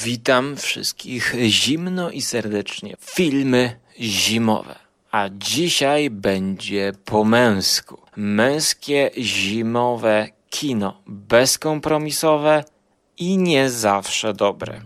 Witam wszystkich zimno i serdecznie. Filmy zimowe. A dzisiaj będzie po męsku. Męskie zimowe kino. Bezkompromisowe i nie zawsze dobre.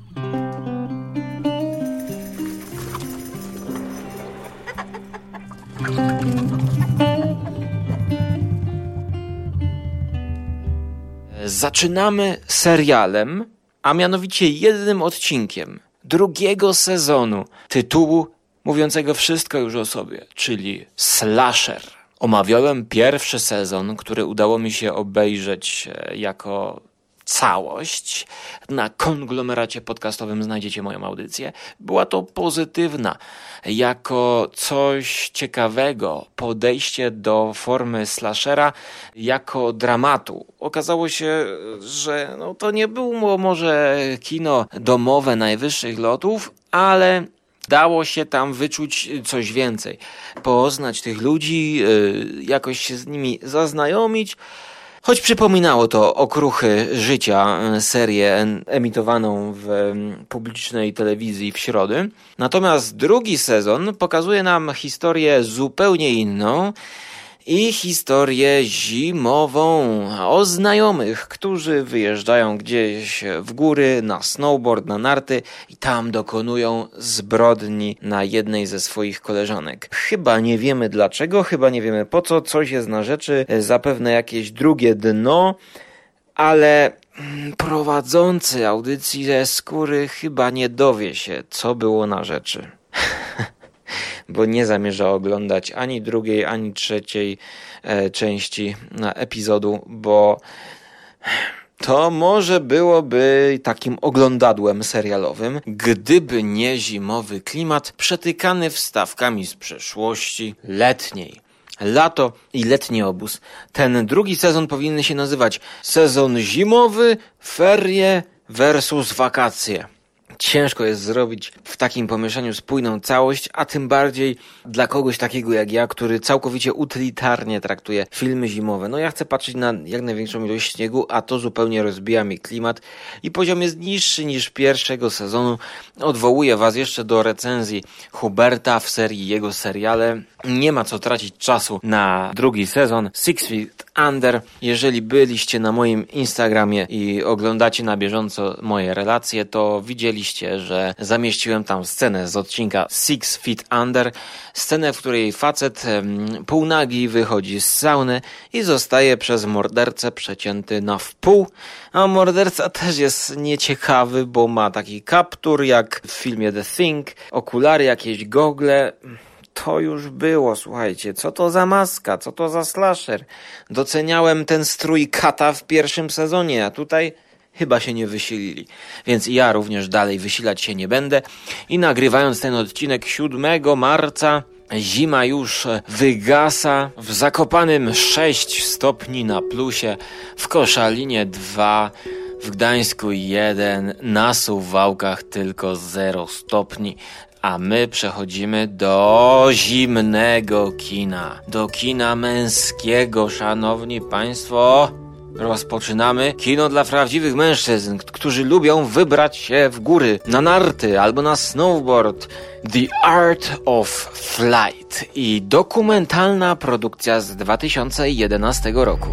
Zaczynamy serialem, a mianowicie jednym odcinkiem drugiego sezonu tytułu mówiącego wszystko już o sobie, czyli Slasher. Omawiałem pierwszy sezon, który udało mi się obejrzeć jako całość. Na konglomeracie podcastowym znajdziecie moją audycję. Była to pozytywna, jako coś ciekawego podejście do formy slashera jako dramatu. Okazało się, że to nie było może kino domowe najwyższych lotów, ale dało się tam wyczuć coś więcej. Poznać tych ludzi, jakoś się z nimi zaznajomić. Choć przypominało to okruchy życia, serię emitowaną w publicznej telewizji w środę. Natomiast drugi sezon pokazuje nam historię zupełnie inną i historię zimową o znajomych, którzy wyjeżdżają gdzieś w góry na snowboard, na narty i tam dokonują zbrodni na jednej ze swoich koleżanek. Chyba nie wiemy dlaczego, chyba nie wiemy po co, coś jest na rzeczy, zapewne jakieś drugie dno, ale prowadzący audycji ze skóry chyba nie dowie się, co było na rzeczy. Bo nie zamierza oglądać ani drugiej, ani trzeciej części epizodu, bo to może byłoby takim oglądadłem serialowym, gdyby nie zimowy klimat przetykany wstawkami z przeszłości letniej. Lato i letni obóz. Ten drugi sezon powinien się nazywać sezon zimowy, ferie versus wakacje. Ciężko jest zrobić w takim pomieszaniu spójną całość, a tym bardziej dla kogoś takiego jak ja, który całkowicie utylitarnie traktuje filmy zimowe. Ja chcę patrzeć na jak największą ilość śniegu, a to zupełnie rozbija mi klimat i poziom jest niższy niż pierwszego sezonu. Odwołuję was jeszcze do recenzji Huberta w serii jego seriale. Nie ma co tracić czasu na drugi sezon Six Feet Under. Jeżeli byliście na moim Instagramie i oglądacie na bieżąco moje relacje, to widzieliście, że zamieściłem tam scenę z odcinka Six Feet Under. Scenę, w której facet półnagi wychodzi z sauny i zostaje przez mordercę przecięty na wpół. A morderca też jest nieciekawy, bo ma taki kaptur jak w filmie The Thing, okulary, jakieś gogle. To już było, słuchajcie, co to za maska, co to za slasher. Doceniałem ten strój kata w pierwszym sezonie, a tutaj chyba się nie wysilili. Więc ja również dalej wysilać się nie będę. I nagrywając ten odcinek 7 marca, zima już wygasa, w Zakopanem 6 stopni na plusie, w Koszalinie 2, w Gdańsku 1, na Suwałkach tylko 0 stopni. A my przechodzimy do zimnego kina. Do kina męskiego, szanowni państwo. Rozpoczynamy kino dla prawdziwych mężczyzn, którzy lubią wybrać się w góry, na narty albo na snowboard. The Art of Flight i dokumentalna produkcja z 2011 roku.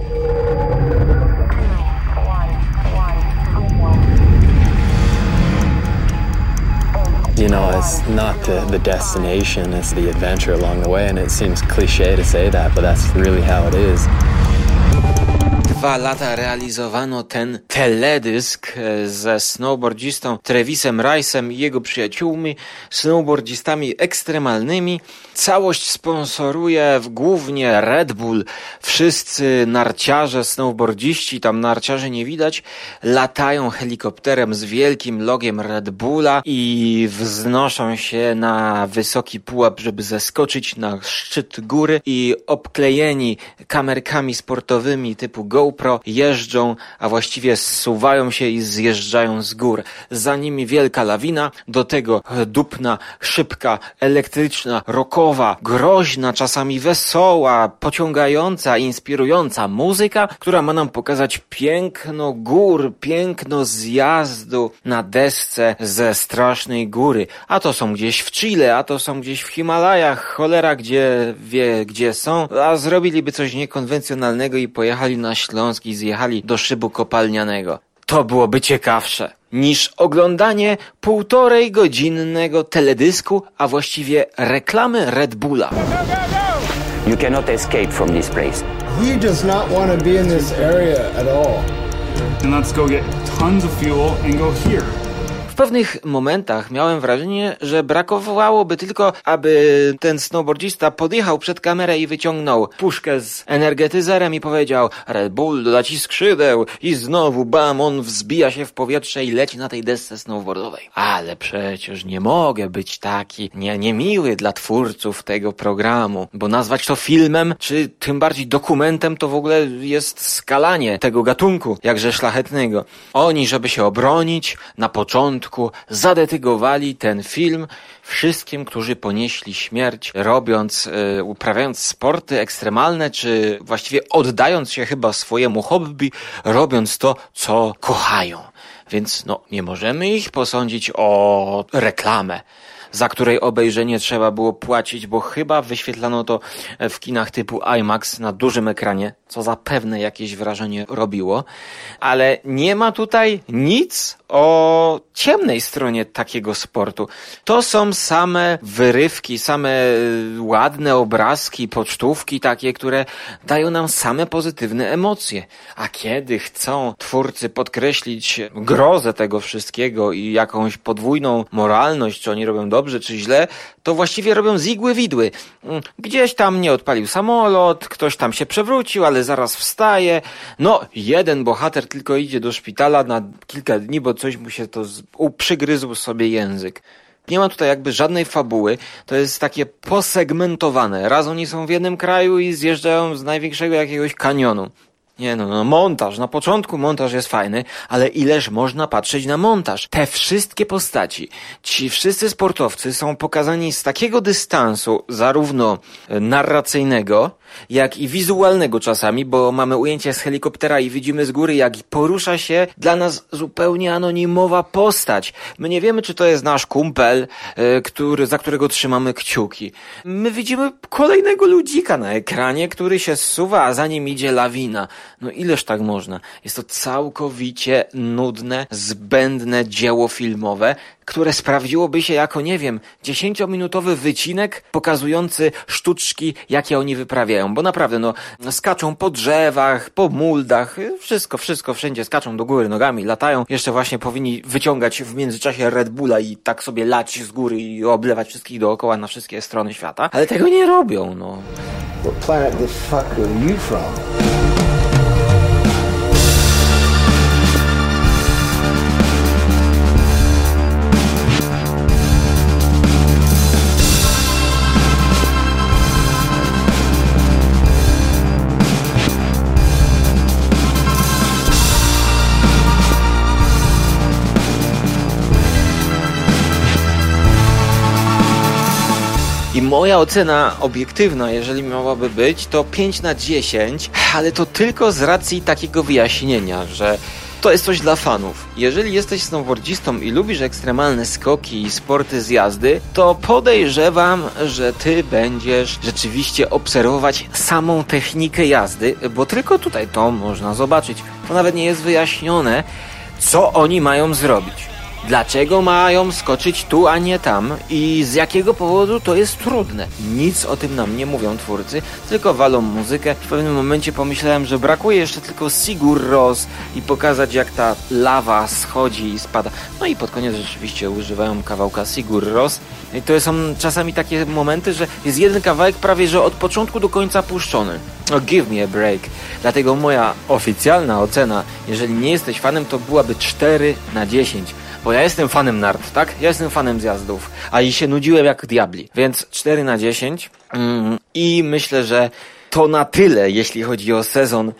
It's not the destination, it's the adventure along the way, and it seems cliché to say that, but that's really how it is. 2 lata realizowano ten teledysk ze snowboardzistą Travisem Rice'em i jego przyjaciółmi, snowboardzistami ekstremalnymi. Całość sponsoruje głównie Red Bull. Wszyscy narciarze, snowboardziści, tam narciarzy nie widać, latają helikopterem z wielkim logiem Red Bulla i wznoszą się na wysoki pułap, żeby zeskoczyć na szczyt góry i obklejeni kamerkami sportowymi typu GoPro GoPro jeżdżą, a właściwie zsuwają się i zjeżdżają z gór. Za nimi wielka lawina, do tego dupna, szybka, elektryczna, rockowa, groźna, czasami wesoła, pociągająca, inspirująca muzyka, która ma nam pokazać piękno gór, piękno zjazdu na desce ze strasznej góry. A to są gdzieś w Chile, a to są gdzieś w Himalajach, cholera gdzie wie gdzie są, a zrobiliby coś niekonwencjonalnego i pojechali na Śląsk i zjechali do szybu kopalnianego. To byłoby ciekawsze niż oglądanie 1,5-godzinnego teledysku, a właściwie reklamy Red Bulla. You cannot escape from this place. He does not want to be in this area at all. And let's go get tons of fuel and go here. W pewnych momentach miałem wrażenie, że brakowałoby tylko, aby ten snowboardzista podjechał przed kamerę i wyciągnął puszkę z energetyzerem i powiedział: Red Bull doda ci skrzydeł i znowu bam, on wzbija się w powietrze i leci na tej desce snowboardowej. Ale przecież nie mogę być taki niemiły dla twórców tego programu, bo nazwać to filmem, czy tym bardziej dokumentem, to w ogóle jest skalanie tego gatunku, jakże szlachetnego. Oni, żeby się obronić, na początku zadedykowali ten film wszystkim, którzy ponieśli śmierć, uprawiając sporty ekstremalne, czy właściwie oddając się chyba swojemu hobby, robiąc to, co kochają. Więc nie możemy ich posądzić o reklamę, za której obejrzenie trzeba było płacić, bo chyba wyświetlano to w kinach typu IMAX na dużym ekranie, co zapewne jakieś wrażenie robiło, ale nie ma tutaj nic o ciemnej stronie takiego sportu. To są same wyrywki, same ładne obrazki, pocztówki takie, które dają nam same pozytywne emocje. A kiedy chcą twórcy podkreślić grozę tego wszystkiego i jakąś podwójną moralność, czy oni robią dobrze, czy źle, to właściwie robią z igły widły. Gdzieś tam nie odpalił samolot, ktoś tam się przewrócił, ale zaraz wstaje. Jeden bohater tylko idzie do szpitala na kilka dni, bo coś mu się to przygryzł sobie język. Nie ma tutaj jakby żadnej fabuły, to jest takie posegmentowane. Raz oni są w jednym kraju i zjeżdżają z największego jakiegoś kanionu. Nie montaż. Na początku montaż jest fajny, ale ileż można patrzeć na montaż? Te wszystkie postaci, ci wszyscy sportowcy są pokazani z takiego dystansu, zarówno narracyjnego, jak i wizualnego czasami, bo mamy ujęcie z helikoptera i widzimy z góry, jak porusza się dla nas zupełnie anonimowa postać. My nie wiemy, czy to jest nasz kumpel, za którego trzymamy kciuki. My widzimy kolejnego ludzika na ekranie, który się zsuwa, a za nim idzie lawina. Ileż tak można? Jest to całkowicie nudne, zbędne dzieło filmowe, które sprawdziłoby się jako, 10-minutowy wycinek pokazujący sztuczki, jakie oni wyprawiają. Bo naprawdę, skaczą po drzewach, po muldach, wszystko, wszędzie skaczą do góry nogami, latają. Jeszcze właśnie powinni wyciągać w międzyczasie Red Bulla i tak sobie lać z góry i oblewać wszystkich dookoła na wszystkie strony świata. Ale tego nie robią, What planet the fuck are you from? I moja ocena obiektywna, jeżeli miałaby być, to 5/10, ale to tylko z racji takiego wyjaśnienia, że to jest coś dla fanów. Jeżeli jesteś snowboardzistą i lubisz ekstremalne skoki i sporty z jazdy, to podejrzewam, że ty będziesz rzeczywiście obserwować samą technikę jazdy, bo tylko tutaj to można zobaczyć. To nawet nie jest wyjaśnione, co oni mają zrobić. Dlaczego mają skoczyć tu, a nie tam i z jakiego powodu to jest trudne. Nic o tym nam nie mówią twórcy, tylko walą muzykę. W pewnym momencie pomyślałem, że brakuje jeszcze tylko Sigur Rós i pokazać, jak ta lawa schodzi i spada. I pod koniec rzeczywiście używają kawałka Sigur Rós. I to są czasami takie momenty, że jest jeden kawałek prawie, że od początku do końca puszczony. Give me a break. Dlatego moja oficjalna ocena, jeżeli nie jesteś fanem, to byłaby 4/10. Bo ja jestem fanem nart, tak? Ja jestem fanem zjazdów, a i się nudziłem jak diabli. Więc 4/10 i myślę, że To na tyle, jeśli chodzi o sezon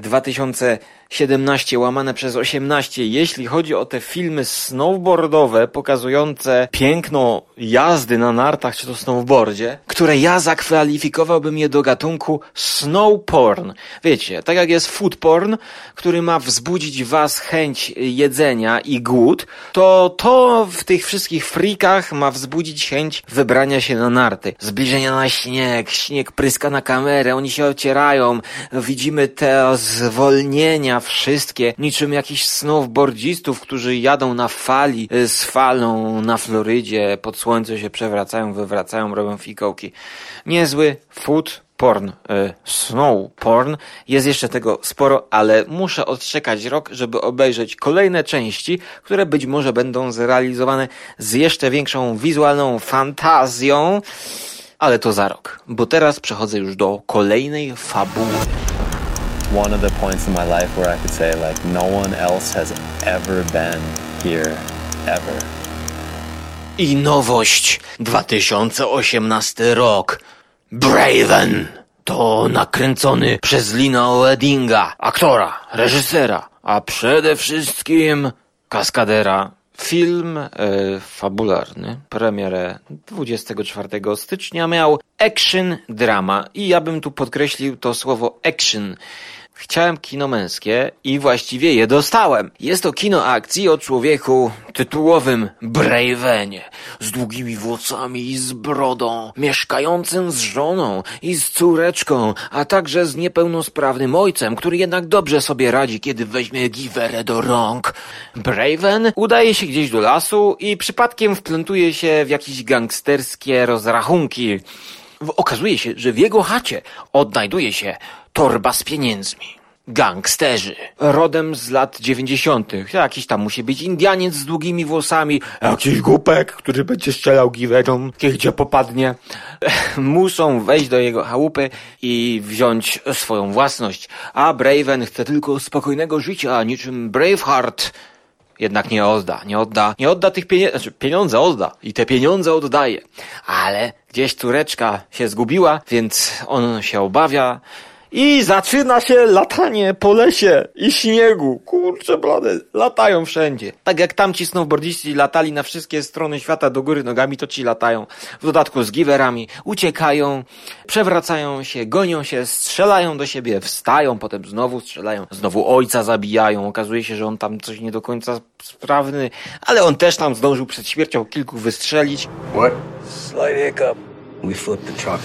2017/18, jeśli chodzi o te filmy snowboardowe pokazujące piękno jazdy na nartach czy to snowboardzie, które ja zakwalifikowałbym je do gatunku snow porn. Wiecie, tak jak jest food porn, który ma wzbudzić was chęć jedzenia i głód, to w tych wszystkich freakach ma wzbudzić chęć wybrania się na narty. Zbliżenia na śnieg pryska na kamerę, oni się ocierają, widzimy te zwolnienia wszystkie, niczym jakichś snowboardzistów, którzy jadą na fali z falą na Florydzie, pod słońce się przewracają, wywracają, robią fikołki. Niezły food porn, snow porn. Jest jeszcze tego sporo, ale muszę odczekać rok, żeby obejrzeć kolejne części, które być może będą zrealizowane z jeszcze większą wizualną fantazją, ale to za rok, bo teraz przechodzę już do kolejnej fabuły. One of the points in my life where I could say like no one else has ever been here ever. I nowość, 2018 rok. Braven to nakręcony przez Lina Weddinga, aktora, reżysera, a przede wszystkim kaskadera. Film fabularny, premierę 24 stycznia miał action drama i ja bym tu podkreślił to słowo action. Chciałem kino męskie i właściwie je dostałem. Jest to kino akcji o człowieku tytułowym Bravenie, z długimi włosami i z brodą, mieszkającym z żoną i z córeczką, a także z niepełnosprawnym ojcem, który jednak dobrze sobie radzi, kiedy weźmie giwerę do rąk. Braven udaje się gdzieś do lasu i przypadkiem wplątuje się w jakieś gangsterskie rozrachunki. Okazuje się, że w jego chacie odnajduje się torba z pieniędzmi. Gangsterzy. Rodem z lat 90. Jakiś tam musi być Indianiec z długimi włosami, jakiś głupek, który będzie strzelał giwerą, gdzie popadnie. Muszą wejść do jego chałupy i wziąć swoją własność. A Braven chce tylko spokojnego życia, niczym Braveheart. Jednak nie odda tych pieniędzy, pieniądze odda i te pieniądze oddaje. Ale gdzieś córeczka się zgubiła, więc on się obawia i zaczyna się latanie po lesie i śniegu. Kurczę blade, latają wszędzie. Tak jak tamci snowboardziści latali na wszystkie strony świata do góry nogami, to ci latają. W dodatku z giwerami, uciekają, przewracają się, gonią się, strzelają do siebie, wstają, potem znowu strzelają, znowu ojca zabijają. Okazuje się, że on tam coś nie do końca sprawny, ale on też tam zdążył przed śmiercią kilku wystrzelić. What? Slight hiccup. We flipped the truck.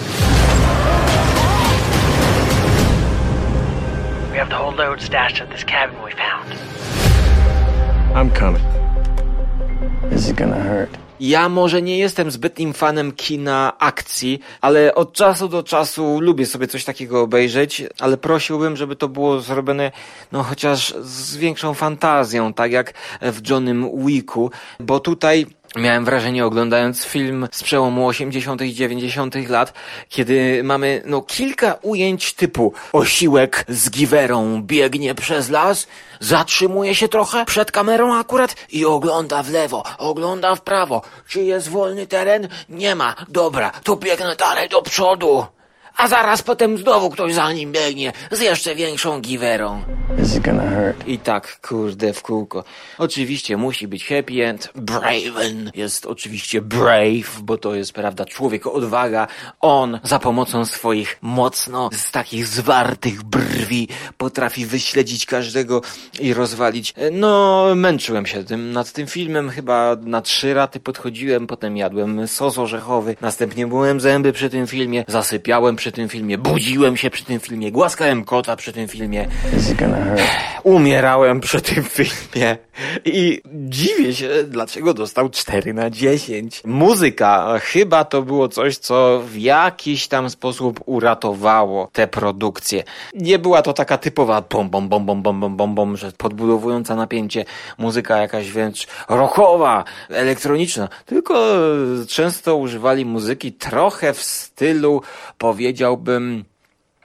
We have the whole load stashed at this cabin we found. I'm coming. This is gonna hurt. Ja może nie jestem zbytnim fanem kina akcji, ale od czasu do czasu lubię sobie coś takiego obejrzeć, ale prosiłbym, żeby to było zrobione chociaż z większą fantazją, tak jak w Johnym Wicku, bo tutaj miałem wrażenie, oglądając film z przełomu 80. i 90. lat, kiedy mamy kilka ujęć typu osiłek z giwerą biegnie przez las, zatrzymuje się trochę przed kamerą akurat i ogląda w lewo, ogląda w prawo. Czy jest wolny teren? Nie ma. Dobra, to biegnę dalej do przodu. A zaraz potem znowu ktoś za nim biegnie z jeszcze większą giwerą. This is gonna hurt. I tak, kurde, w kółko. Oczywiście musi być happy end. Braven jest oczywiście brave, bo to jest, prawda, człowiek odwaga. On za pomocą swoich mocno z takich zwartych brwi potrafi wyśledzić każdego i rozwalić. Męczyłem się nad tym filmem. Chyba na 3 raty podchodziłem, potem jadłem sos orzechowy, następnie myłem zęby przy tym filmie, zasypiałem przy tym filmie, budziłem się przy tym filmie, głaskałem kota przy tym filmie. Umierałem przy tym filmie i dziwię się, dlaczego dostał 4/10. Muzyka, chyba to było coś, co w jakiś tam sposób uratowało tę produkcję. Nie była to taka typowa bom, bom, bom, bom, bom, bom, bom, bom, że podbudowująca napięcie, muzyka jakaś wręcz rockowa, elektroniczna, tylko często używali muzyki trochę w stylu, powiedziałbym,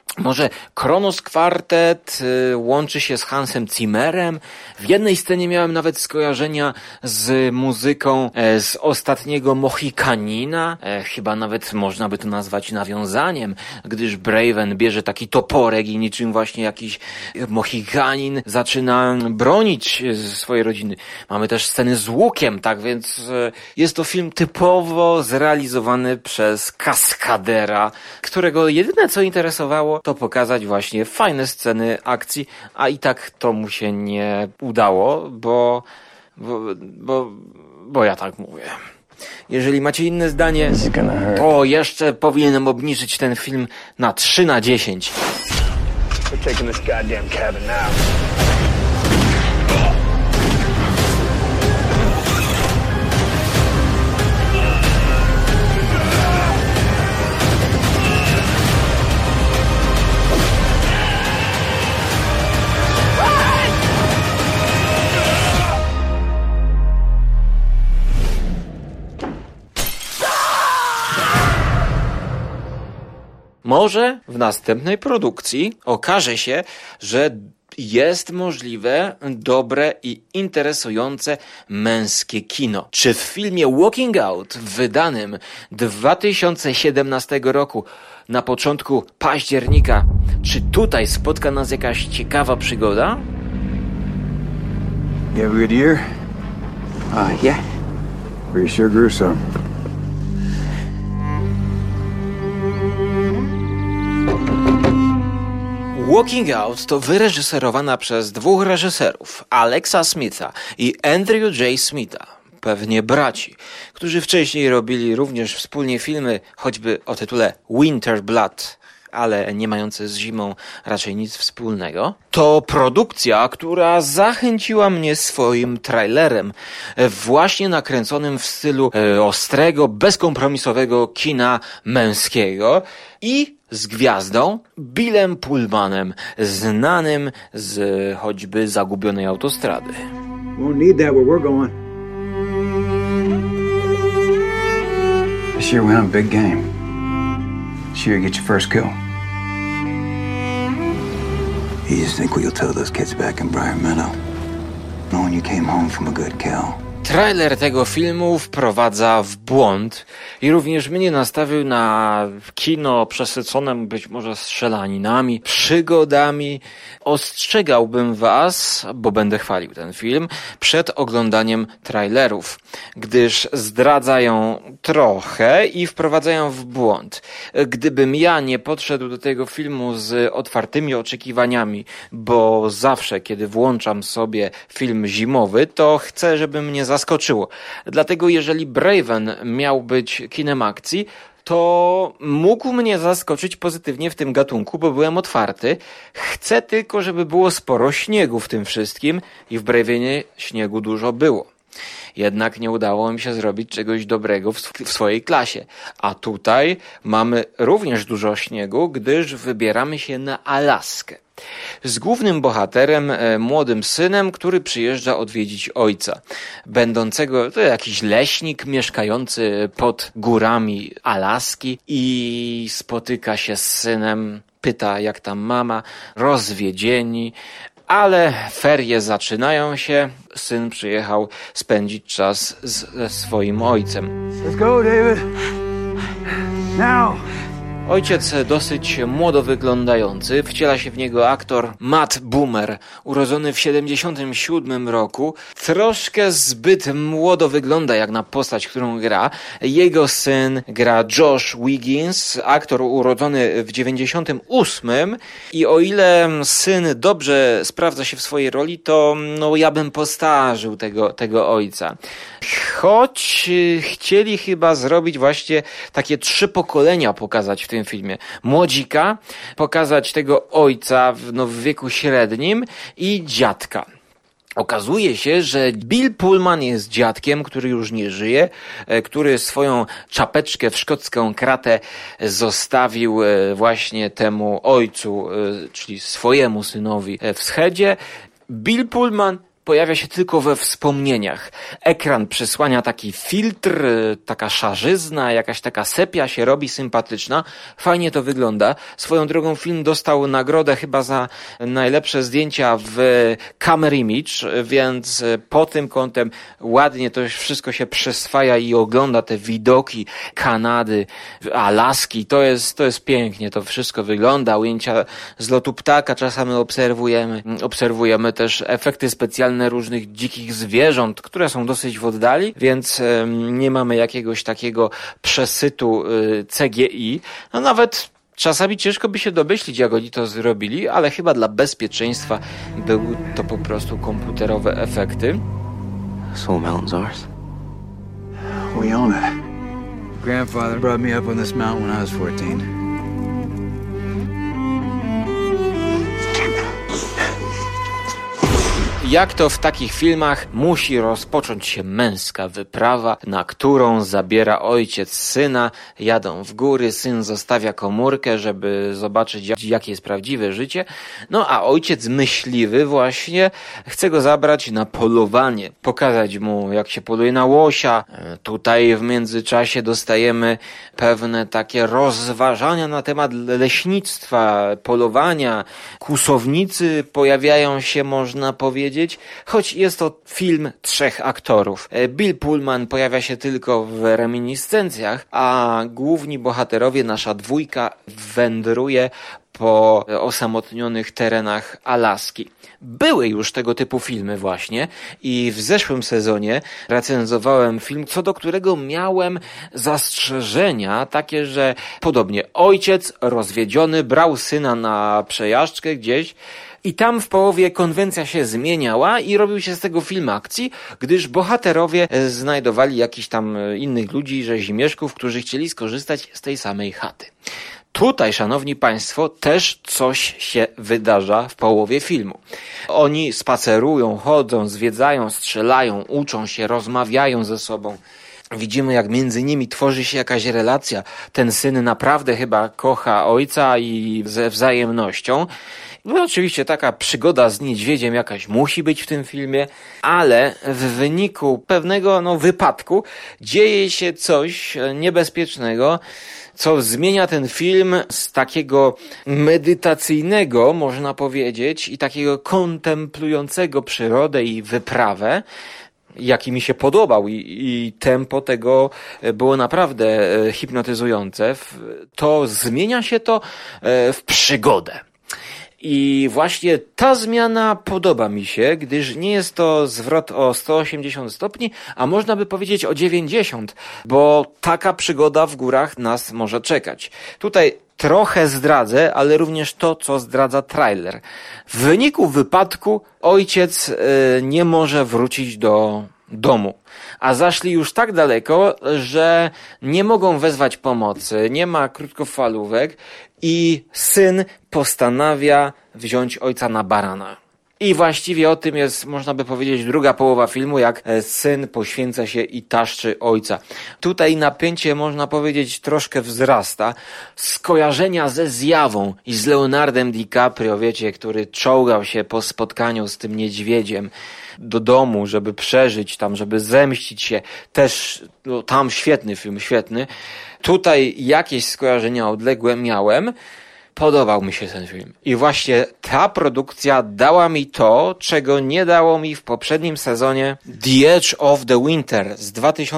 Może Kronos Quartet łączy się z Hansem Zimmerem. W jednej scenie miałem nawet skojarzenia z muzyką z ostatniego Mohikanina. Chyba nawet można by to nazwać nawiązaniem, gdyż Braven bierze taki toporek i niczym właśnie jakiś Mohikanin zaczyna bronić swojej rodziny. Mamy też sceny z łukiem, tak więc jest to film typowo zrealizowany przez kaskadera, którego jedyne co interesowało to pokazać właśnie fajne sceny akcji, a i tak to mu się nie udało, bo ja tak mówię. Jeżeli macie inne zdanie, to jeszcze powinienem obniżyć ten film na 3/10. We're taking this goddamn cabin now. Może w następnej produkcji okaże się, że jest możliwe dobre i interesujące męskie kino. Czy w filmie Walking Out, wydanym 2017 roku na początku października, czy tutaj spotka nas jakaś ciekawa przygoda? You have a good year? Yeah. Pretty sure grew some. Walking Out to wyreżyserowana przez dwóch reżyserów, Alexa Smitha i Andrew J. Smitha, pewnie braci, którzy wcześniej robili również wspólnie filmy, choćby o tytule Winter Blood, ale nie mające z zimą raczej nic wspólnego. To produkcja, która zachęciła mnie swoim trailerem, właśnie nakręconym w stylu ostrego, bezkompromisowego kina męskiego i z gwiazdą Billem Pullmanem, znanym z choćby Zagubionej autostrady. Won't need that where we're going. This year we hunt big game. This year you get your first kill. You just think what you'll tell those kids back in Briar Meadow, knowing you came home from a good kill. Trailer tego filmu wprowadza w błąd i również mnie nastawił na kino przesycone być może strzelaninami, przygodami. Ostrzegałbym was, bo będę chwalił ten film, przed oglądaniem trailerów, gdyż zdradzają trochę i wprowadzają w błąd. Gdybym ja nie podszedł do tego filmu z otwartymi oczekiwaniami, bo zawsze, kiedy włączam sobie film zimowy, to chcę, żeby mnie zaskoczyło. Dlatego jeżeli Braven miał być kinem akcji, to mógł mnie zaskoczyć pozytywnie w tym gatunku, bo byłem otwarty. Chcę tylko, żeby było sporo śniegu w tym wszystkim i w Bravenie śniegu dużo było. Jednak nie udało mi się zrobić czegoś dobrego w swojej klasie. A tutaj mamy również dużo śniegu, gdyż wybieramy się na Alaskę. Z głównym bohaterem, młodym synem, który przyjeżdża odwiedzić ojca, będącego, to jakiś leśnik mieszkający pod górami Alaski i spotyka się z synem, pyta jak tam mama, rozwiedzieni, ale ferie zaczynają się, syn przyjechał spędzić czas ze swoim ojcem. Let's go, David. Now. Ojciec dosyć młodo wyglądający, wciela się w niego aktor Matt Bomer, urodzony w 1977 roku. Troszkę zbyt młodo wygląda jak na postać, którą gra. Jego syn gra Josh Wiggins, aktor urodzony w 1998 i o ile syn dobrze sprawdza się w swojej roli, to ja bym postarzył tego ojca. Choć chcieli chyba zrobić właśnie takie 3 pokolenia pokazać w tym filmie. Młodzika, pokazać tego ojca w wieku średnim i dziadka. Okazuje się, że Bill Pullman jest dziadkiem, który już nie żyje, który swoją czapeczkę w szkocką kratę zostawił właśnie temu ojcu, czyli swojemu synowi w schedzie. Bill Pullman pojawia się tylko we wspomnieniach. Ekran przysłania taki filtr, taka szarzyzna, jakaś taka sepia się robi sympatyczna. Fajnie to wygląda. Swoją drogą film dostał nagrodę chyba za najlepsze zdjęcia w Camera Image, więc pod tym kątem ładnie to wszystko się przyswaja i ogląda te widoki Kanady, Alaski. To jest pięknie, to wszystko wygląda. Ujęcia z lotu ptaka czasami obserwujemy też efekty specjalne różnych dzikich zwierząt, które są dosyć w oddali, więc nie mamy jakiegoś takiego przesytu CGI. No nawet czasami ciężko by się domyślić, jak oni to zrobili, ale chyba dla bezpieczeństwa były to po prostu komputerowe efekty. Soul Mountain's ours. We own it. Grandfather brought me up on this mountain when I was 14. Jak to w takich filmach musi rozpocząć się męska wyprawa, na którą zabiera ojciec syna, jadą w góry, syn zostawia komórkę, żeby zobaczyć, jakie jest prawdziwe życie, no a ojciec myśliwy właśnie chce go zabrać na polowanie, pokazać mu, jak się poluje na łosia. Tutaj w międzyczasie dostajemy pewne takie rozważania na temat leśnictwa, polowania. Kłusownicy pojawiają się, można powiedzieć, choć jest to film 3 aktorów. Bill Pullman pojawia się tylko w reminiscencjach, a główni bohaterowie, nasza dwójka, wędruje po osamotnionych terenach Alaski. Były już tego typu filmy właśnie i w zeszłym sezonie recenzowałem film, co do którego miałem zastrzeżenia takie, że podobnie ojciec rozwiedziony brał syna na przejażdżkę gdzieś i tam w połowie konwencja się zmieniała i robił się z tego film akcji, gdyż bohaterowie znajdowali jakichś tam innych ludzi, rzezimieszków, którzy chcieli skorzystać z tej samej chaty. Tutaj, szanowni państwo, też coś się wydarza w połowie filmu. Oni spacerują, chodzą, zwiedzają, strzelają, uczą się, rozmawiają ze sobą. Widzimy, jak między nimi tworzy się jakaś relacja. Ten syn naprawdę chyba kocha ojca i ze wzajemnością. No oczywiście taka przygoda z niedźwiedziem jakaś musi być w tym filmie, ale w wyniku pewnego wypadku dzieje się coś niebezpiecznego, co zmienia ten film z takiego medytacyjnego, można powiedzieć, i takiego kontemplującego przyrodę i wyprawę, jaki mi się podobał i tempo tego było naprawdę hipnotyzujące, to zmienia się to w przygodę. I właśnie ta zmiana podoba mi się, gdyż nie jest to zwrot o 180 stopni, a można by powiedzieć o 90, bo taka przygoda w górach nas może czekać. Tutaj trochę zdradzę, ale również to, co zdradza trailer. W wyniku wypadku ojciec nie może wrócić do domu, a zaszli już tak daleko, że nie mogą wezwać pomocy, nie ma krótkofalówek i syn postanawia wziąć ojca na barana. I właściwie o tym jest, można by powiedzieć, druga połowa filmu, jak syn poświęca się i taszczy ojca. Tutaj napięcie, można powiedzieć, troszkę wzrasta. Skojarzenia ze Zjawą i z Leonardem DiCaprio, wiecie, który czołgał się po spotkaniu z tym niedźwiedziem do domu, żeby przeżyć tam, żeby zemścić się. Też tam świetny film, świetny. Tutaj jakieś skojarzenia odległe miałem. Podobał mi się ten film. I właśnie ta produkcja dała mi to, czego nie dało mi w poprzednim sezonie The Edge of the Winter z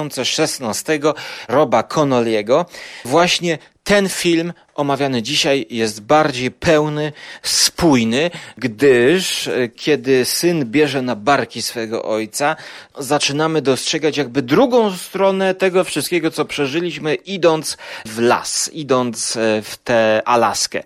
2016 Roba Connolly'ego. Właśnie ten film omawiany dzisiaj jest bardziej pełny, spójny, gdyż kiedy syn bierze na barki swego ojca, zaczynamy dostrzegać jakby drugą stronę tego wszystkiego, co przeżyliśmy, idąc w las, idąc w tę Alaskę.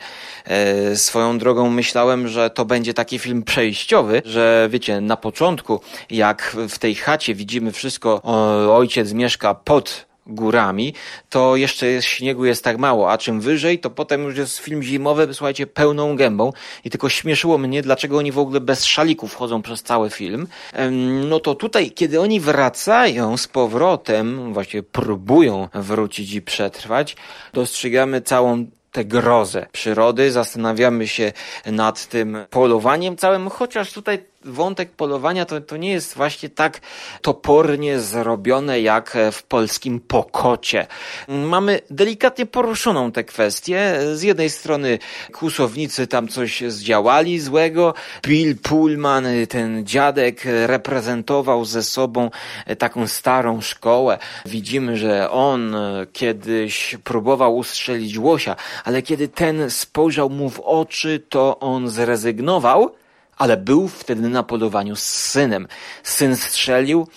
Swoją drogą myślałem, że to będzie taki film przejściowy, że wiecie, na początku, jak w tej chacie widzimy wszystko, ojciec mieszka pod górami, to jeszcze śniegu jest tak mało, a czym wyżej, to potem już jest film zimowy, słuchajcie, pełną gębą i tylko śmieszyło mnie, dlaczego oni w ogóle bez szalików chodzą przez cały film. No to tutaj, kiedy oni wracają z powrotem, właściwie próbują wrócić i przetrwać, dostrzegamy całą tę grozę przyrody, zastanawiamy się nad tym polowaniem całym, chociaż tutaj wątek polowania to nie jest właśnie tak topornie zrobione jak w polskim Pokocie. Mamy delikatnie poruszoną tę kwestię. Z jednej strony kłusownicy tam coś zdziałali złego. Bill Pullman, ten dziadek, reprezentował ze sobą taką starą szkołę. Widzimy, że on kiedyś próbował ustrzelić łosia, ale kiedy ten spojrzał mu w oczy, to on zrezygnował, ale był wtedy na polowaniu z synem. Syn strzelił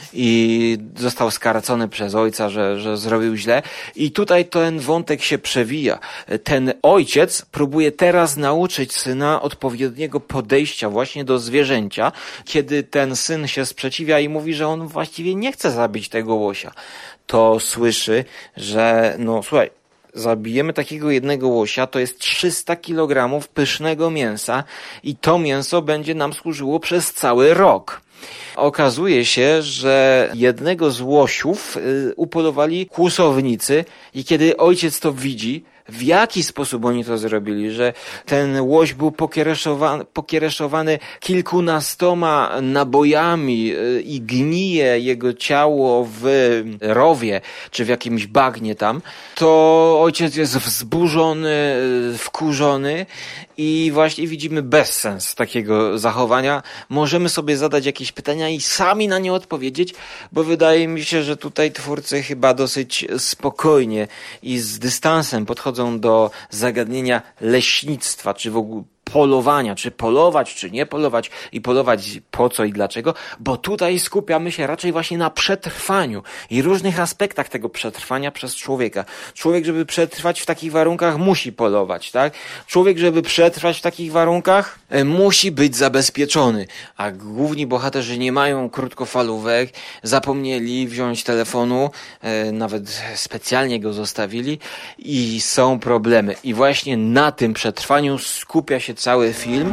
i został skarcony przez ojca, że zrobił źle. I tutaj ten wątek się przewija. Ten ojciec próbuje teraz nauczyć syna odpowiedniego podejścia właśnie do zwierzęcia, kiedy ten syn się sprzeciwia i mówi, że on właściwie nie chce zabić tego łosia. To słyszy, że słuchaj, zabijemy takiego jednego łosia, to jest 300 kg pysznego mięsa i to mięso będzie nam służyło przez cały rok. Okazuje się, że jednego z łosiów upolowali kłusownicy i kiedy ojciec to widzi, w jaki sposób oni to zrobili, że ten łoś był pokiereszowany kilkunastoma nabojami i gnije jego ciało w rowie, czy w jakimś bagnie tam, to ojciec jest wzburzony, wkurzony i właśnie widzimy bezsens takiego zachowania. Możemy sobie zadać jakieś pytania i sami na nie odpowiedzieć, bo wydaje mi się, że tutaj twórcy chyba dosyć spokojnie i z dystansem podchodzą do zagadnienia leśnictwa, czy w ogóle polowania, czy polować, czy nie polować i polować po co i dlaczego, bo tutaj skupiamy się raczej właśnie na przetrwaniu i różnych aspektach tego przetrwania przez człowieka. Człowiek, żeby przetrwać w takich warunkach, musi polować, tak? Człowiek, żeby przetrwać w takich warunkach, musi być zabezpieczony, a główni bohaterzy nie mają krótkofalówek, zapomnieli wziąć telefonu, nawet specjalnie go zostawili i są problemy. I właśnie na tym przetrwaniu skupia się cały film.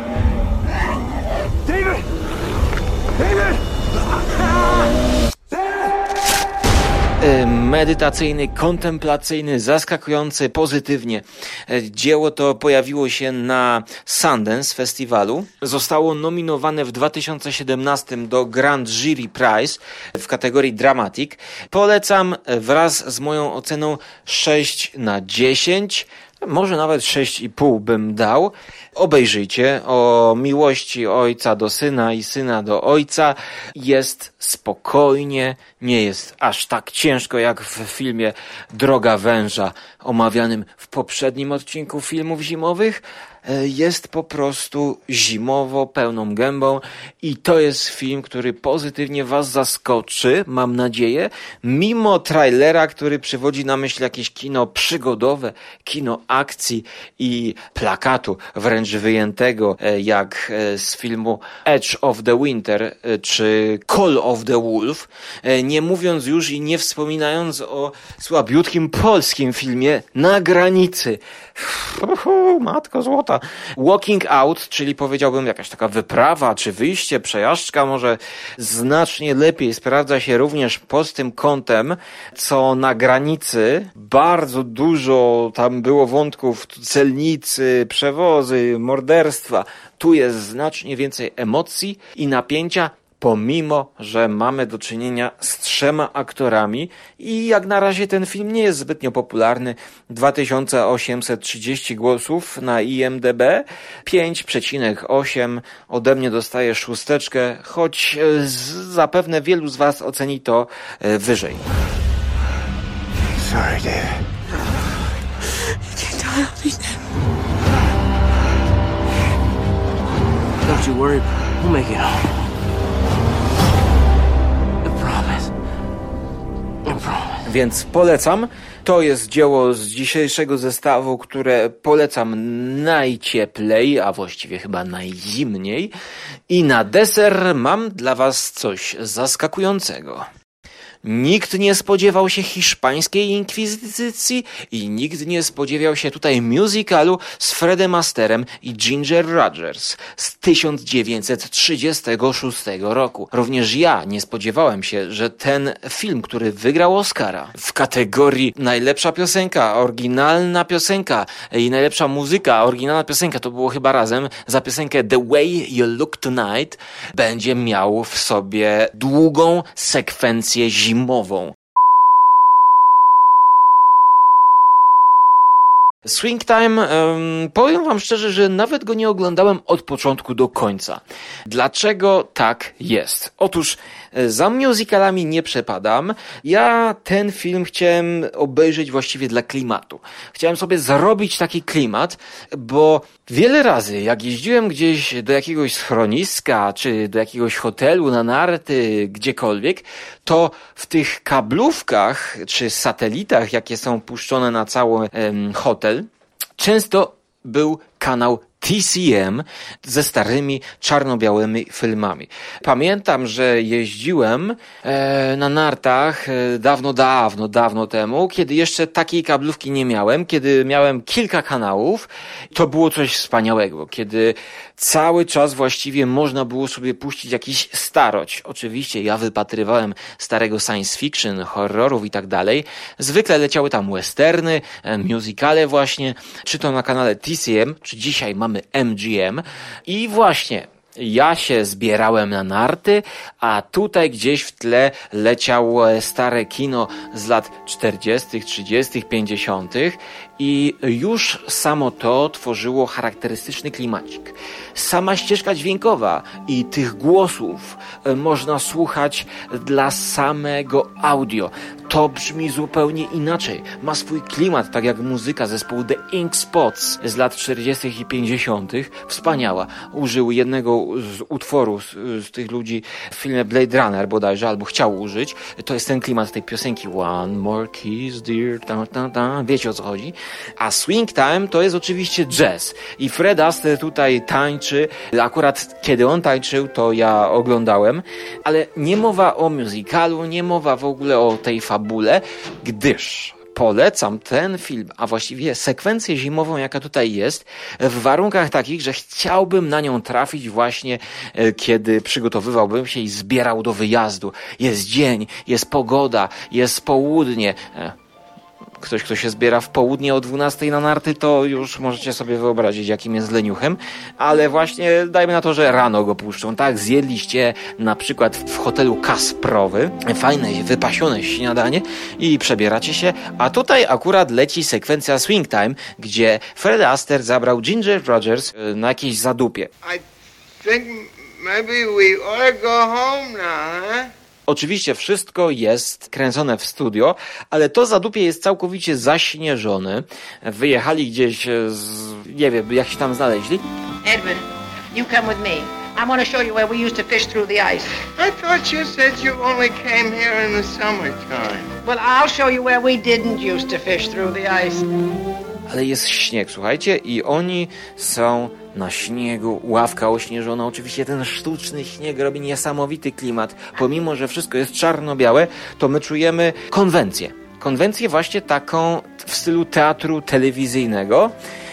Medytacyjny, kontemplacyjny, zaskakujący, pozytywnie. Dzieło to pojawiło się na Sundance Festiwalu. Zostało nominowane w 2017 do Grand Jury Prize w kategorii Dramatic. Polecam wraz z moją oceną 6/10. Może nawet 6,5 bym dał. Obejrzyjcie. O miłości ojca do syna i syna do ojca. Jest spokojnie, nie jest aż tak ciężko jak w filmie Droga węża, omawianym w poprzednim odcinku filmów zimowych. Jest po prostu zimowo, pełną gębą i to jest film, który pozytywnie was zaskoczy, mam nadzieję, mimo trailera, który przywodzi na myśl jakieś kino przygodowe, kino akcji i plakatu wręcz wyjętego, jak z filmu Edge of the Winter czy Call of the Wolf, nie mówiąc już i nie wspominając o słabiutkim polskim filmie Na granicy. Matko złota. Walking Out, czyli powiedziałbym jakaś taka wyprawa, czy wyjście, przejażdżka, może znacznie lepiej sprawdza się również pod tym kątem, co Na granicy. Bardzo dużo tam było wątków, celnicy, przewozy, morderstwa. Tu jest znacznie więcej emocji i napięcia, pomimo że mamy do czynienia z 3 aktorami i jak na razie ten film nie jest zbytnio popularny. 2830 głosów na IMDb, 5,8 ode mnie dostaje 6, choć zapewne wielu z was oceni to wyżej. Sorry, David. Don't you worry, we'll make it home. Więc polecam. To jest dzieło z dzisiejszego zestawu, które polecam najcieplej, a właściwie chyba najzimniej. I na deser mam dla was coś zaskakującego. Nikt nie spodziewał się hiszpańskiej inkwizycji i nikt nie spodziewał się tutaj musicalu z Fredem Asterem i Ginger Rogers z 1936 roku. Również ja nie spodziewałem się, że ten film, który wygrał Oscara w kategorii najlepsza piosenka, oryginalna piosenka i najlepsza muzyka, oryginalna piosenka, to było chyba razem, za piosenkę The Way You Look Tonight, będzie miał w sobie długą sekwencję zimową. Swing Time, powiem wam szczerze, że nawet go nie oglądałem od początku do końca. Dlaczego tak jest? Otóż za musicalami nie przepadam. Ja ten film chciałem obejrzeć właściwie dla klimatu. Chciałem sobie zrobić taki klimat, bo wiele razy jak jeździłem gdzieś do jakiegoś schroniska, czy do jakiegoś hotelu na narty, gdziekolwiek, to w tych kablówkach, czy satelitach, jakie są puszczone na cały hotel, często był kanał TCM ze starymi czarno-białymi filmami. Pamiętam, że jeździłem na nartach dawno temu, kiedy jeszcze takiej kablówki nie miałem, kiedy miałem kilka kanałów. To było coś wspaniałego, kiedy cały czas właściwie można było sobie puścić jakiś starość. Oczywiście ja wypatrywałem starego science fiction, horrorów i tak dalej. Zwykle leciały tam westerny, musicale właśnie, czy to na kanale TCM, czy dzisiaj mamy MGM. I właśnie ja się zbierałem na narty, a tutaj gdzieś w tle leciało stare kino z lat 40., 30., 50. i już samo to tworzyło charakterystyczny klimacik. Sama ścieżka dźwiękowa i tych głosów można słuchać dla samego audio. To brzmi zupełnie inaczej. Ma swój klimat, tak jak muzyka zespołu The Ink Spots z lat 40. i 50. Wspaniała. Użył jednego z utworów z tych ludzi w filmie Blade Runner bodajże, albo chciał użyć. To jest ten klimat tej piosenki One More Kiss, Dear, wiecie o co chodzi. A Swing Time to jest oczywiście jazz. I Fred Astaire tutaj tańczy. Akurat kiedy on tańczył, to ja oglądałem. Ale nie mowa o musicalu, nie mowa w ogóle o tej fabule, gdyż polecam ten film, a właściwie sekwencję zimową, jaka tutaj jest, w warunkach takich, że chciałbym na nią trafić właśnie, kiedy przygotowywałbym się i zbierał do wyjazdu. Jest dzień, jest pogoda, jest południe. Ktoś, kto się zbiera w południe o 12 na narty, to już możecie sobie wyobrazić, jakim jest leniuchem, ale właśnie dajmy na to, że rano go puszczą, tak? Zjedliście na przykład w hotelu Kasprowy fajne, wypasione śniadanie i przebieracie się, a tutaj akurat leci sekwencja Swing Time, gdzie Fred Astaire zabrał Ginger Rogers na jakieś zadupie. I think maybe we ought to go home now, huh? Oczywiście wszystko jest kręcone w studio, ale to zadupie jest całkowicie zaśnieżone. Wyjechali gdzieś nie wiem, jak się tam znaleźli. Edward, you come with me. I want to show you where we used to fish through the ice. I thought you said you only came here in the summertime. Well, I'll show you where we didn't used to fish through the ice. Ale jest śnieg, słuchajcie, i oni są na śniegu, ławka ośnieżona. Oczywiście ten sztuczny śnieg robi niesamowity klimat. Pomimo, że wszystko jest czarno-białe, to my czujemy konwencję. Konwencję właśnie taką w stylu teatru telewizyjnego.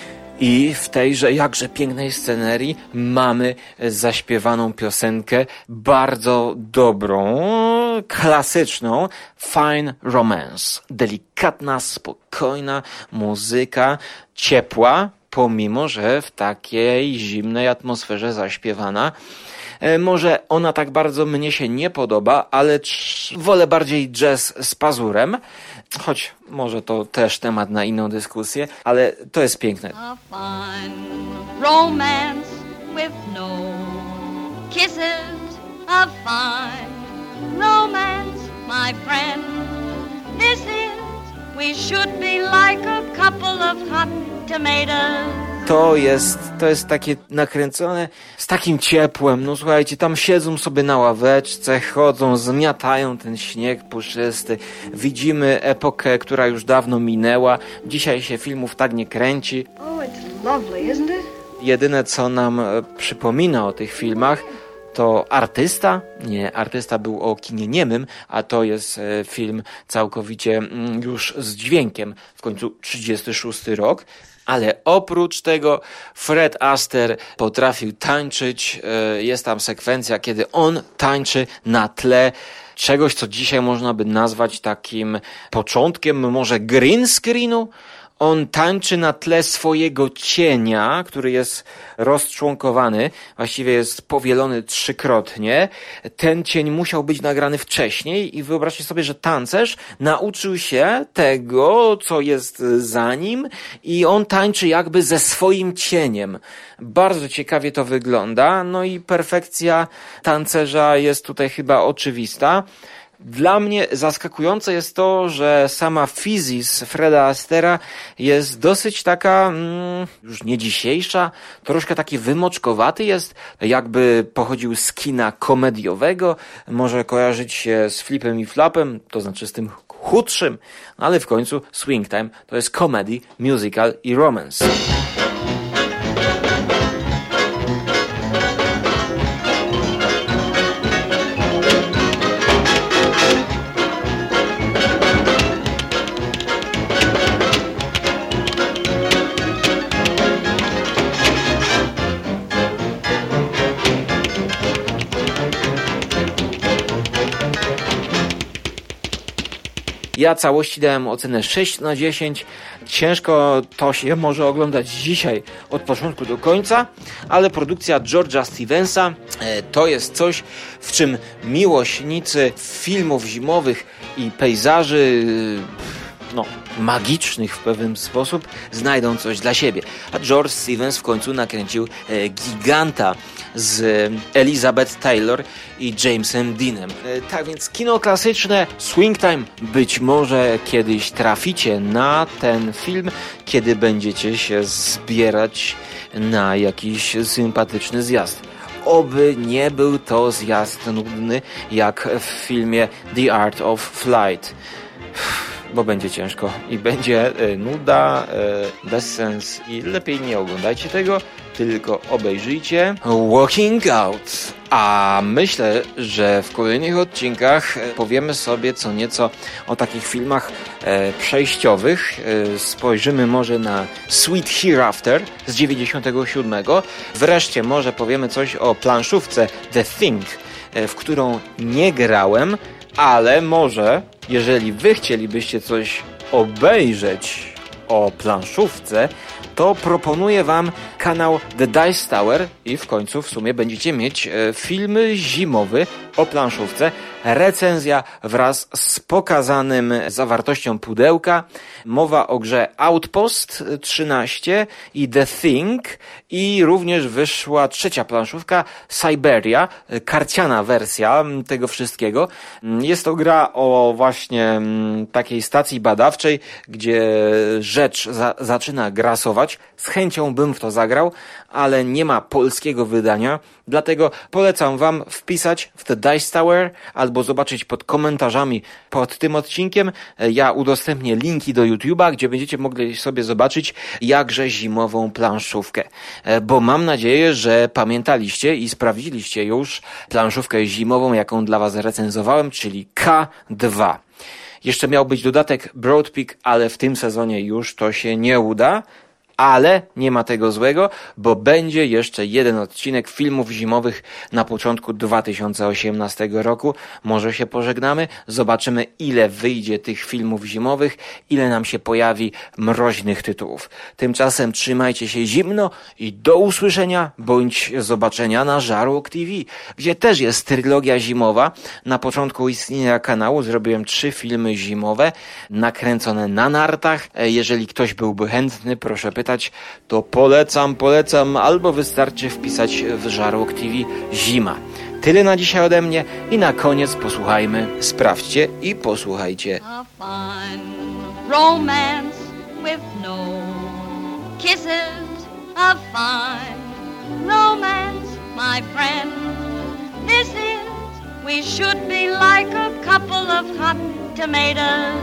I w tejże jakże pięknej scenerii mamy zaśpiewaną piosenkę, bardzo dobrą, klasyczną, Fine Romance. Delikatna, spokojna muzyka, ciepła, pomimo że w takiej zimnej atmosferze zaśpiewana. Może ona tak bardzo mnie się nie podoba, ale wolę bardziej jazz z pazurem, choć może to też temat na inną dyskusję, ale to jest piękne. A fine romance with no kisses, a fine romance, my friend. This is, we should be like a couple of hot tomatoes. To jest takie nakręcone z takim ciepłem. No słuchajcie, tam siedzą sobie na ławeczce, chodzą, zmiatają ten śnieg puszysty. Widzimy epokę, która już dawno minęła. Dzisiaj się filmów tak nie kręci. Oh, it's lovely, isn't it? Jedyne, co nam przypomina o tych filmach, to Artysta? Nie, Artysta był o kinie niemym, a to jest film całkowicie już z dźwiękiem, w końcu 36 rok. Ale oprócz tego Fred Astaire potrafił tańczyć. Jest tam sekwencja, kiedy on tańczy na tle czegoś, co dzisiaj można by nazwać takim początkiem może green screenu. On tańczy na tle swojego cienia, który jest rozczłonkowany, właściwie jest powielony 3-krotnie. Ten cień musiał być nagrany wcześniej i wyobraźcie sobie, że tancerz nauczył się tego, co jest za nim i on tańczy jakby ze swoim cieniem. Bardzo ciekawie to wygląda, no i perfekcja tancerza jest tutaj chyba oczywista. Dla mnie zaskakujące jest to, że sama fizis Freda Astaire'a jest dosyć taka, już nie dzisiejsza, troszkę taki wymoczkowaty jest, jakby pochodził z kina komediowego, może kojarzyć się z Flipem i Flapem, to znaczy z tym chudszym, ale w końcu Swing Time to jest comedy, musical i romance. Ja całości dałem ocenę 6/10. Ciężko to się może oglądać dzisiaj od początku do końca, ale produkcja George'a Stevensa to jest coś, w czym miłośnicy filmów zimowych i pejzaży magicznych w pewien sposób znajdą coś dla siebie. A George Stevens w końcu nakręcił Giganta z Elizabeth Taylor i Jamesem Deanem. Tak więc kino klasyczne, Swing Time, być może kiedyś traficie na ten film, kiedy będziecie się zbierać na jakiś sympatyczny zjazd. Oby nie był to zjazd nudny jak w filmie The Art of Flight. Bo będzie ciężko i będzie nuda, bezsens i lepiej nie oglądajcie tego, tylko obejrzyjcie Walking Out. A myślę, że w kolejnych odcinkach powiemy sobie co nieco o takich filmach przejściowych. Spojrzymy może na Sweet Hereafter z 97. Wreszcie może powiemy coś o planszówce The Thing, w którą nie grałem, ale może, jeżeli wy chcielibyście coś obejrzeć o planszówce, to proponuję wam kanał The Dice Tower i w końcu w sumie będziecie mieć filmy zimowy o planszówce, recenzja wraz z pokazanym zawartością pudełka. Mowa o grze Outpost 13 i The Thing i również wyszła trzecia planszówka Siberia, karciana wersja tego wszystkiego. Jest to gra o właśnie takiej stacji badawczej, gdzie rzecz zaczyna grasować. Z chęcią bym w to zagrał, ale nie ma polskiego wydania, dlatego polecam wam wpisać w The Dice Tower albo zobaczyć pod komentarzami pod tym odcinkiem. Ja udostępnię linki do YouTube'a, gdzie będziecie mogli sobie zobaczyć jakże zimową planszówkę. Bo mam nadzieję, że pamiętaliście i sprawdziliście już planszówkę zimową, jaką dla was recenzowałem, czyli K2. Jeszcze miał być dodatek Broad Peak, ale w tym sezonie już to się nie uda. Ale nie ma tego złego, bo będzie jeszcze jeden odcinek filmów zimowych na początku 2018 roku. Może się pożegnamy, zobaczymy ile wyjdzie tych filmów zimowych, ile nam się pojawi mroźnych tytułów. Tymczasem trzymajcie się zimno i do usłyszenia bądź zobaczenia na Żarłok TV, gdzie też jest trylogia zimowa. Na początku istnienia kanału zrobiłem 3 filmy zimowe, nakręcone na nartach. Jeżeli ktoś byłby chętny, proszę pytać, to polecam, albo wystarczy wpisać w Żarłok TV zima. Tyle na dzisiaj ode mnie i na koniec posłuchajmy, sprawdźcie i posłuchajcie. A fine romance with no kisses, a fine romance, my friend. This is, we should be like a couple of hot tomatoes.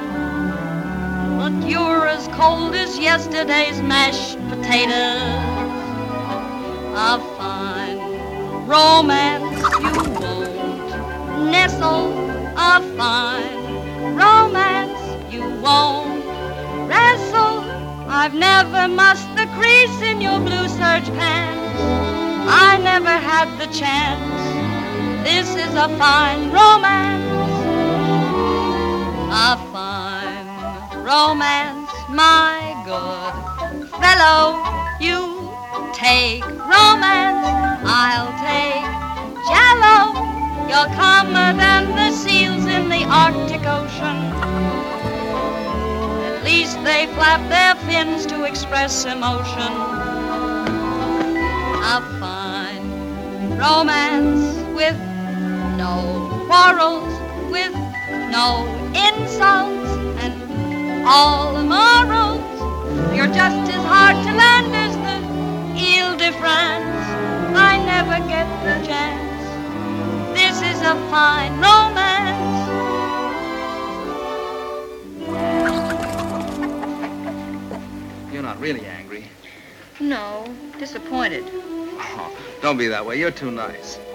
But you're as cold as yesterday's mashed potatoes. A fine romance you won't nestle, a fine romance you won't wrestle. I've never mussed the crease in your blue serge pants. I never had the chance. This is a fine romance. A fine romance, my good fellow. You take romance, I'll take jello. You're calmer than the seals in the Arctic Ocean. At least they flap their fins to express emotion. A fine romance with no quarrels, with no insults, and all the morals. You're just as hard to land as the Ile de France. I never get the chance. This is a fine romance. You're not really angry. No, disappointed. Oh, don't be that way. You're too nice.